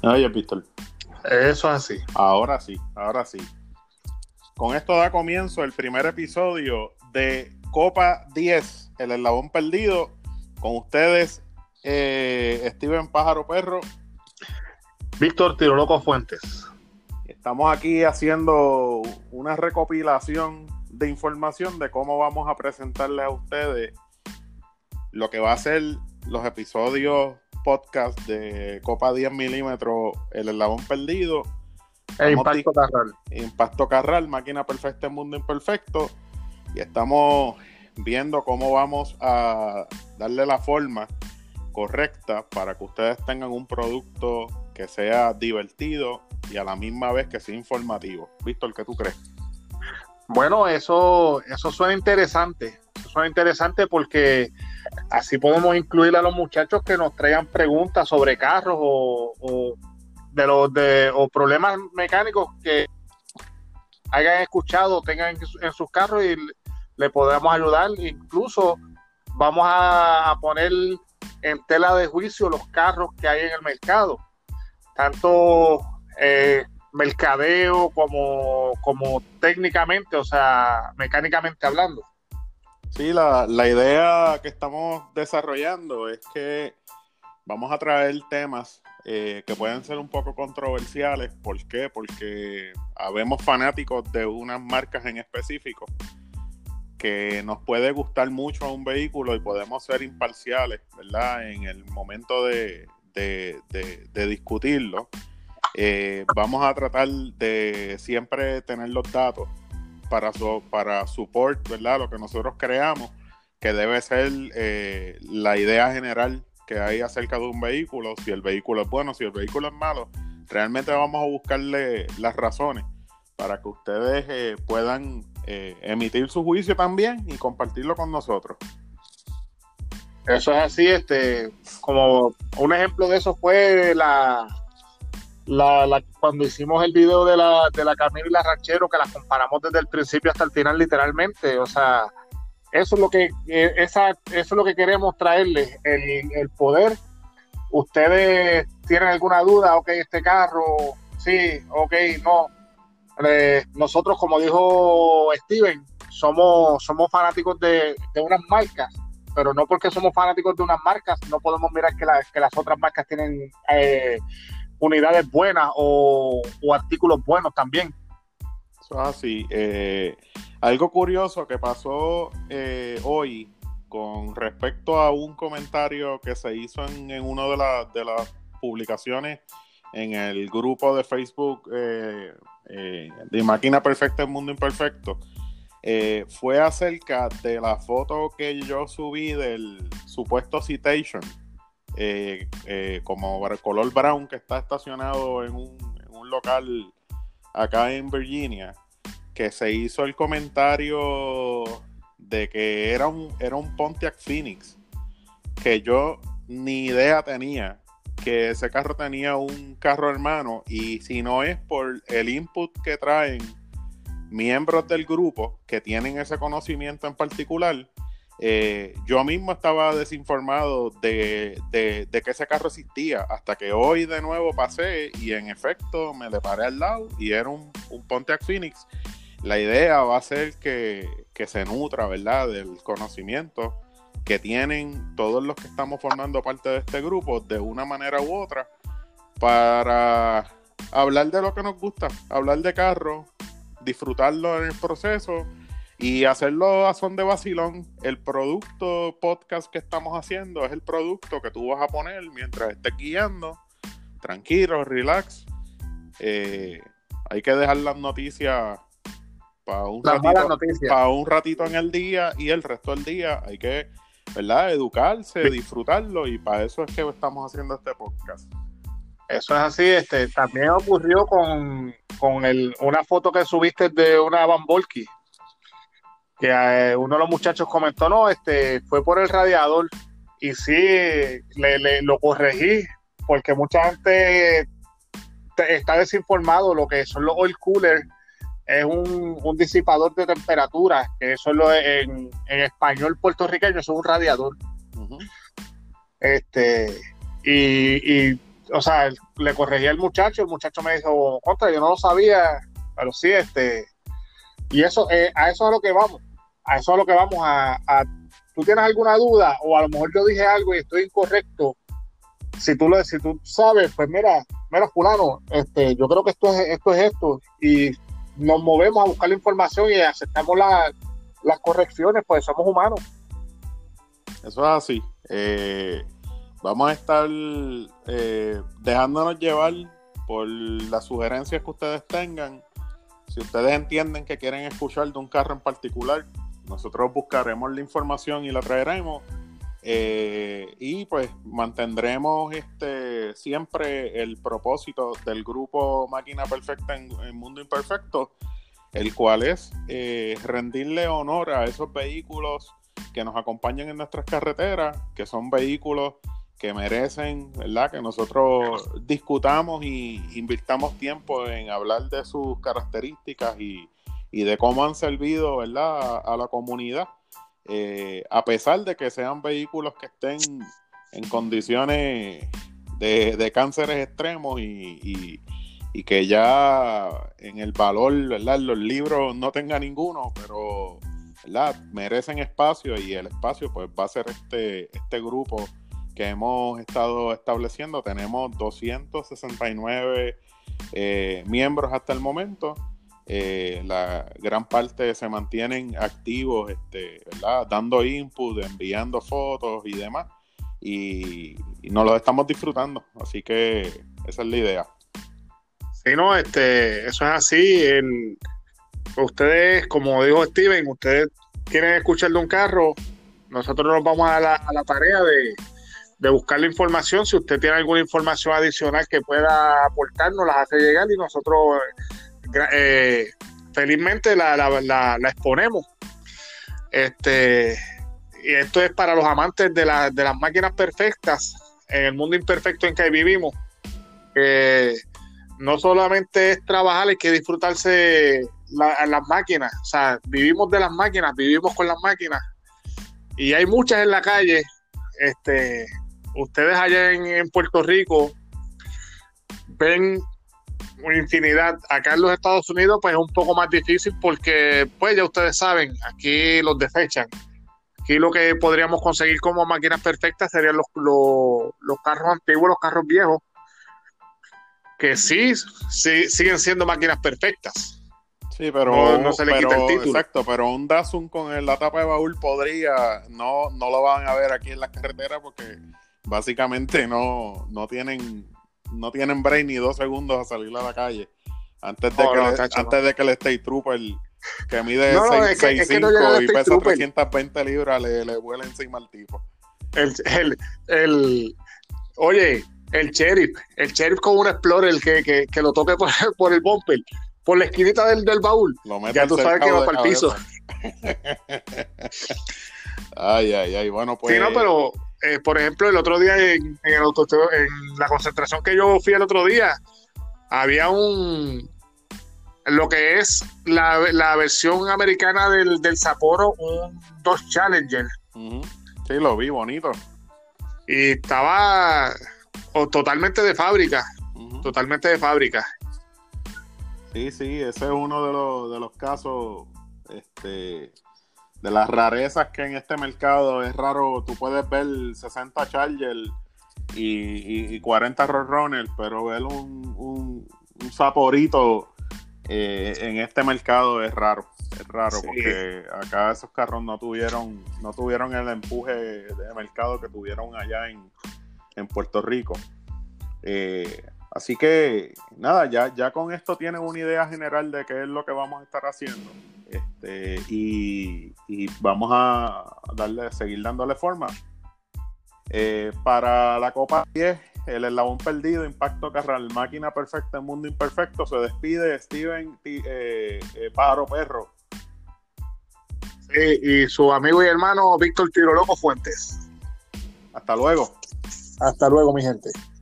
Oye, Víctor. Eso es así. Ahora sí. Con esto da comienzo el primer episodio de Copa 10, el eslabón perdido. Con ustedes, Steven Pájaro Perro. Víctor Tiro Loco Fuentes. Estamos aquí haciendo una recopilación de información de cómo vamos a presentarles a ustedes lo que va a ser los episodios podcast de Copa 10 milímetros, el eslabón perdido. Impacto Carral, Máquina Perfecta en Mundo Imperfecto. Y estamos viendo cómo vamos a darle la forma correcta para que ustedes tengan un producto que sea divertido y a la misma vez que sea informativo. Víctor, ¿qué tú crees? Bueno, eso suena interesante. Eso suena interesante porque así podemos incluir a los muchachos que nos traigan preguntas sobre carros o problemas mecánicos que hayan escuchado, tengan en sus carros y le podemos ayudar. Incluso vamos a poner en tela de juicio los carros que hay en el mercado, tanto mercadeo como técnicamente, o sea, mecánicamente hablando. Sí, la idea que estamos desarrollando es que vamos a traer temas que pueden ser un poco controversiales. ¿Por qué? Porque habemos fanáticos de unas marcas en específico que nos puede gustar mucho a un vehículo y podemos ser imparciales, ¿verdad? En el momento de discutirlo. Vamos a tratar de siempre tener los datos para support, ¿verdad? Lo que nosotros creamos, que debe ser la idea general que hay acerca de un vehículo, si el vehículo es bueno, si el vehículo es malo. Realmente vamos a buscarle las razones para que ustedes puedan emitir su juicio también y compartirlo con nosotros. Eso es así, como un ejemplo de eso fue cuando hicimos el video de la Camino y la Ranchero, que las comparamos desde el principio hasta el final, literalmente. O sea, eso es lo que queremos traerles, el poder. Ustedes tienen alguna duda, ok, este carro, sí, ok, no. Nosotros, como dijo Steven, somos fanáticos de unas marcas, pero no porque somos fanáticos de unas marcas no podemos mirar que las otras marcas tienen unidades buenas o artículos buenos también. Eso es así. Algo curioso que pasó hoy con respecto a un comentario que se hizo en una de las publicaciones en el grupo de Facebook de Máquina Perfecta en Mundo Imperfecto, fue acerca de la foto que yo subí del supuesto Citation, como color brown, que está estacionado en un local acá en Virginia, que se hizo el comentario de que era un Pontiac Phoenix, que yo ni idea tenía que ese carro tenía un carro hermano, y si no es por el input que traen miembros del grupo que tienen ese conocimiento en particular, yo mismo estaba desinformado de que ese carro existía, hasta que hoy de nuevo pasé y en efecto me le paré al lado y era un Pontiac Phoenix. La idea va a ser que se nutra, ¿verdad?, del conocimiento que tienen todos los que estamos formando parte de este grupo de una manera u otra, para hablar de lo que nos gusta, hablar de carro, disfrutarlo en el proceso y hacerlo a son de vacilón. El producto podcast que estamos haciendo es el producto que tú vas a poner mientras estés guiando, tranquilo, relax. Hay que dejar las noticias para un ratito en el día, y el resto del día hay que, ¿verdad?, educarse, disfrutarlo, y para eso es que estamos haciendo este podcast. Eso es así. También ocurrió con una foto que subiste de una Van Volky, que uno de los muchachos comentó, no, fue por el radiador, y sí, lo corregí, porque mucha gente está desinformado. Lo que son los oil coolers es un disipador de temperatura, que eso en español puertorriqueño eso es un radiador. Uh-huh. Y o sea, le corregí al muchacho, el muchacho me dijo, contra, yo no lo sabía, pero sí, y eso, a eso es a lo que vamos, a eso es a lo que vamos, tú tienes alguna duda, o a lo mejor yo dije algo y estoy incorrecto, si tú sabes, pues mira, fulano, yo creo que esto es esto, y nos movemos a buscar la información y aceptamos las correcciones, pues somos humanos. Eso es así. Vamos a estar dejándonos llevar por las sugerencias que ustedes tengan. Si ustedes entienden que quieren escuchar de un carro en particular, nosotros buscaremos la información y la traeremos. Y pues mantendremos siempre el propósito del grupo Máquina Perfecta en Mundo Imperfecto, el cual es rendirle honor a esos vehículos que nos acompañan en nuestras carreteras, que son vehículos que merecen, ¿verdad?, que nosotros discutamos y invirtamos tiempo en hablar de sus características y de cómo han servido, ¿verdad?, a la comunidad. A pesar de que sean vehículos que estén en condiciones de cánceres extremos y que ya en el valor, ¿verdad?, los libros no tenga ninguno, pero, ¿verdad?, merecen espacio, y el espacio pues va a ser este grupo que hemos estado estableciendo. Tenemos 269 miembros hasta el momento. La gran parte se mantienen activos, ¿verdad?, dando input, enviando fotos y demás, y nos lo estamos disfrutando, así que esa es la idea. Sí, no, eso es así. Ustedes, como dijo Steven, ustedes quieren escuchar de un carro, nosotros nos vamos a la tarea de buscar la información. Si usted tiene alguna información adicional que pueda aportarnos, las hace llegar y nosotros felizmente la exponemos. Y esto es para los amantes de las máquinas perfectas en el mundo imperfecto en que vivimos. No solamente es trabajar, hay que disfrutarse las máquinas. O sea, vivimos de las máquinas, vivimos con las máquinas, y hay muchas en la calle. Ustedes allá en Puerto Rico ven una infinidad. Acá en los Estados Unidos pues es un poco más difícil porque pues ya ustedes saben, aquí los desechan. Aquí lo que podríamos conseguir como máquinas perfectas serían los carros antiguos, los carros viejos, que sí siguen siendo máquinas perfectas. Sí, pero no se le quita el título. Exacto, pero un Datsun con la tapa de baúl no lo van a ver aquí en las carreteras, porque básicamente no tienen break ni 2 segundos a salir a la calle antes de que el State Trooper, que mide 6'5" y pesa 320 libras, le vuela encima al tipo. Oye, el sheriff con un Explorer que lo toque por el bumper, por la esquinita del baúl, ya tú sabes que va para el piso. Ay, bueno, pues. Sí, no, pero por ejemplo, el otro día en la concentración que yo fui el otro día, había lo que es la versión americana del Sapporo, un Dodge Challenger. Uh-huh. Sí, lo vi, bonito. Y estaba totalmente de fábrica. Uh-huh. Totalmente de fábrica. Sí, ese es uno de los casos, de las rarezas que en este mercado es raro. Tú puedes ver 60 Charger y 40 Roadrunner, pero ver un Saporito en este mercado es raro. Es raro, sí, porque acá esos carros no tuvieron el empuje de mercado que tuvieron allá en Puerto Rico. Así que nada, ya con esto tienen una idea general de qué es lo que vamos a estar haciendo, y vamos a seguir dándole forma. Para la Copa 10, el eslabón perdido, Impacto Carral, Máquina Perfecta en Mundo Imperfecto, se despide Steven Pájaro Perro. Sí, y su amigo y hermano Víctor Tiro Loco Fuentes. Hasta luego. Hasta luego, mi gente.